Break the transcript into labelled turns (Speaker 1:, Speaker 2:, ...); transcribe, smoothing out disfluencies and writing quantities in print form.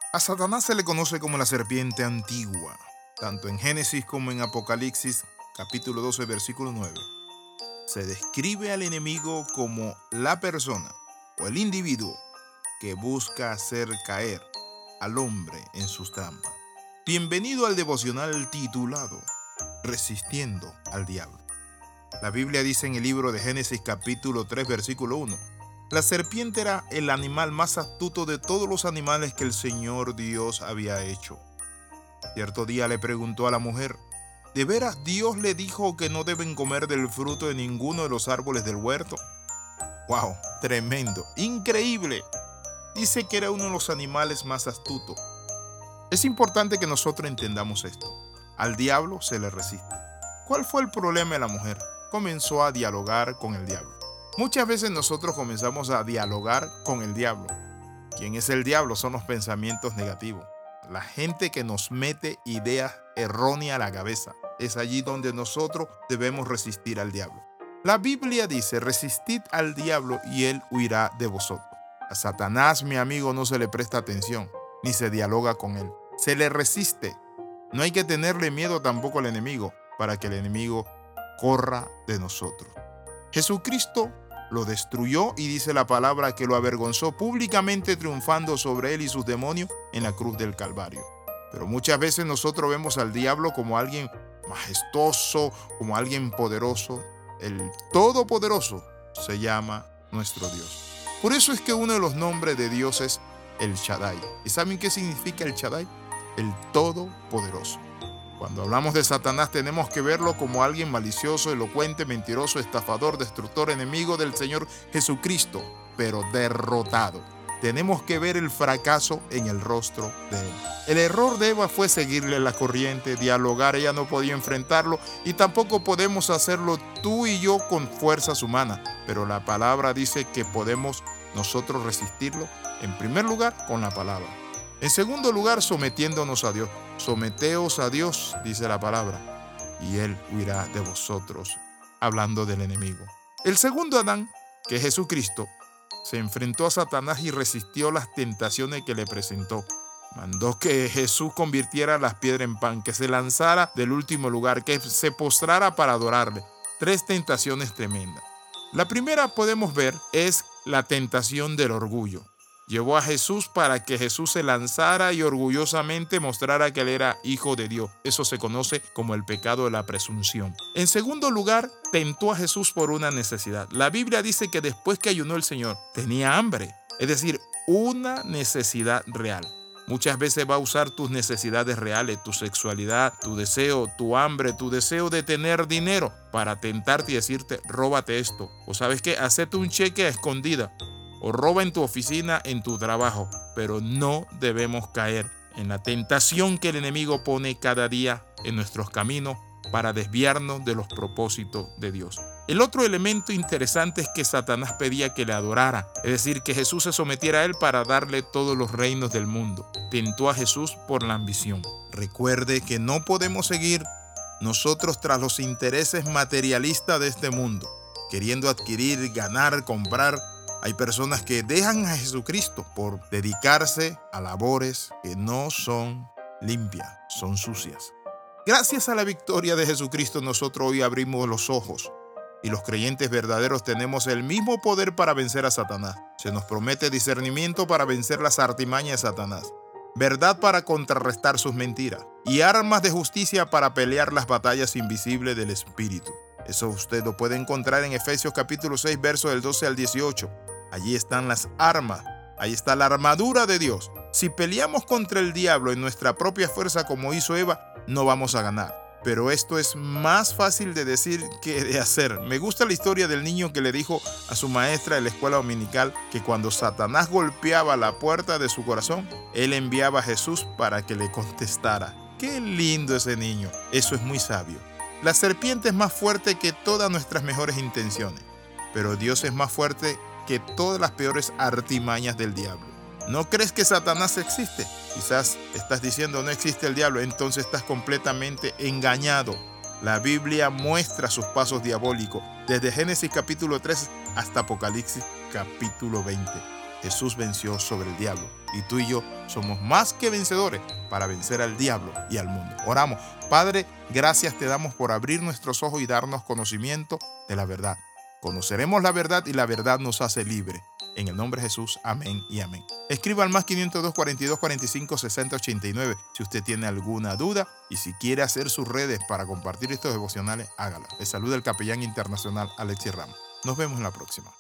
Speaker 1: A Satanás se le conoce como la serpiente antigua, tanto en Génesis como en Apocalipsis, capítulo 12, versículo 9. Se describe al enemigo como la persona o el individuo que busca hacer caer al hombre en sus trampas. Bienvenido al devocional titulado Resistiendo al Diablo. La Biblia dice en el libro de Génesis capítulo 3 versículo 1: la serpiente era el animal más astuto de todos los animales que el Señor Dios había hecho. Cierto día le preguntó a la mujer: ¿de veras Dios le dijo que no deben comer del fruto de ninguno de los árboles del huerto? ¡Wow! Tremendo, increíble. Dice que era uno de los animales más astutos. Es importante que nosotros entendamos esto. Al diablo se le resiste. ¿Cuál fue el problema de la mujer? Comenzó a dialogar con el diablo. Muchas veces nosotros comenzamos a dialogar con el diablo. ¿Quién es el diablo? Son los pensamientos negativos. La gente que nos mete ideas erróneas a la cabeza. Es allí donde nosotros debemos resistir al diablo. La Biblia dice: resistid al diablo y él huirá de vosotros. A Satanás, mi amigo, no se le presta atención, ni se dialoga con él. Se le resiste. No hay que tenerle miedo tampoco al enemigo, para que el enemigo corra de nosotros. Jesucristo lo destruyó y dice la palabra que lo avergonzó públicamente, triunfando sobre él y sus demonios en la cruz del Calvario. Pero muchas veces nosotros vemos al diablo como alguien majestuoso, como alguien poderoso. El Todopoderoso se llama nuestro Dios. Por eso es que uno de los nombres de Dios es el Shaddai. ¿Y saben qué significa el Shaddai? El Todopoderoso. Cuando hablamos de Satanás tenemos que verlo como alguien malicioso, elocuente, mentiroso, estafador, destructor, enemigo del Señor Jesucristo, pero derrotado. Tenemos que ver el fracaso en el rostro de él. El error de Eva fue seguirle la corriente, dialogar. Ella no podía enfrentarlo y tampoco podemos hacerlo tú y yo con fuerzas humanas. Pero la palabra dice que podemos nosotros resistirlo, en primer lugar, con la palabra. En segundo lugar, sometiéndonos a Dios. Someteos a Dios, dice la palabra, y Él huirá de vosotros, hablando del enemigo. El segundo Adán, que es Jesucristo, se enfrentó a Satanás y resistió las tentaciones que le presentó. Mandó que Jesús convirtiera las piedras en pan, que se lanzara del último lugar, que se postrara para adorarle. 3 tentaciones tremendas. La primera podemos ver es la tentación del orgullo. Llevó a Jesús para que Jesús se lanzara y orgullosamente mostrara que él era hijo de Dios. Eso se conoce como el pecado de la presunción. En segundo lugar, tentó a Jesús por una necesidad. La Biblia dice que después que ayunó el Señor, tenía hambre. Es decir, una necesidad real. Muchas veces va a usar tus necesidades reales, tu sexualidad, tu deseo, tu hambre, tu deseo de tener dinero para tentarte y decirte: róbate esto. O sabes qué, hacete un cheque a escondida. O roba en tu oficina, en tu trabajo. Pero no debemos caer en la tentación que el enemigo pone cada día en nuestros caminos para desviarnos de los propósitos de Dios. El otro elemento interesante es que Satanás pedía que le adorara, es decir, que Jesús se sometiera a él para darle todos los reinos del mundo. Tentó a Jesús por la ambición. Recuerde que no podemos seguir nosotros tras los intereses materialistas de este mundo, queriendo adquirir, ganar, comprar. Hay personas que dejan a Jesucristo por dedicarse a labores que no son limpias, son sucias. Gracias a la victoria de Jesucristo, nosotros hoy abrimos los ojos y los creyentes verdaderos tenemos el mismo poder para vencer a Satanás. Se nos promete discernimiento para vencer las artimañas de Satanás, verdad para contrarrestar sus mentiras y armas de justicia para pelear las batallas invisibles del Espíritu. Eso usted lo puede encontrar en Efesios capítulo 6, versos del 12 al 18. Allí están las armas, ahí está la armadura de Dios. Si peleamos contra el diablo en nuestra propia fuerza como hizo Eva, no vamos a ganar. Pero esto es más fácil de decir que de hacer. Me gusta la historia del niño que le dijo a su maestra de la escuela dominical que cuando Satanás golpeaba la puerta de su corazón, él enviaba a Jesús para que le contestara. ¡Qué lindo ese niño! Eso es muy sabio. La serpiente es más fuerte que todas nuestras mejores intenciones, pero Dios es más fuerte que todas las peores artimañas del diablo. ¿No crees que Satanás existe? Quizás estás diciendo no existe el diablo, entonces estás completamente engañado. La Biblia muestra sus pasos diabólicos desde Génesis capítulo 3 hasta Apocalipsis capítulo 20. Jesús venció sobre el diablo y tú y yo somos más que vencedores para vencer al diablo y al mundo. Oramos. Padre, gracias te damos por abrir nuestros ojos y darnos conocimiento de la verdad. Conoceremos la verdad y la verdad nos hace libre. En el nombre de Jesús, amén y amén. Escriba al más 502 42 45 60 89 si usted tiene alguna duda y si quiere hacer sus redes para compartir estos devocionales, hágalo. Les saluda el capellán internacional Alexis Ramos. Nos vemos en la próxima.